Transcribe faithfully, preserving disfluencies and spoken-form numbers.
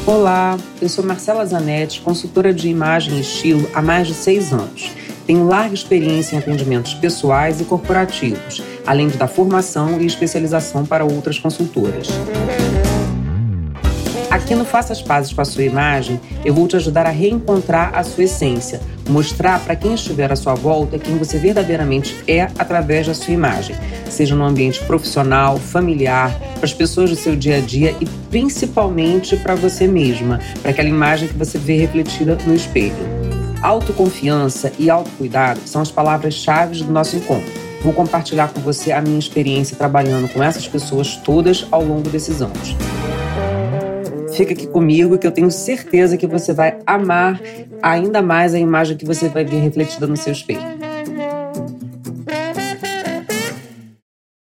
Olá, eu sou Marcela Zanetti, consultora de imagem e estilo há mais de seis anos. Tenho larga experiência em atendimentos pessoais e corporativos, além de dar formação e especialização para outras consultoras. Aqui no Faça as Pazes com a Sua Imagem, eu vou te ajudar a reencontrar a sua essência, mostrar para quem estiver à sua volta quem você verdadeiramente é através da sua imagem, seja no ambiente profissional, familiar, para as pessoas do seu dia a dia e principalmente para você mesma, para aquela imagem que você vê refletida no espelho. Autoconfiança e autocuidado são as palavras-chave do nosso encontro. Vou compartilhar com você a minha experiência trabalhando com essas pessoas todas ao longo desses anos. Fica aqui comigo que eu tenho certeza que você vai amar ainda mais a imagem que você vai ver refletida no seu espelho.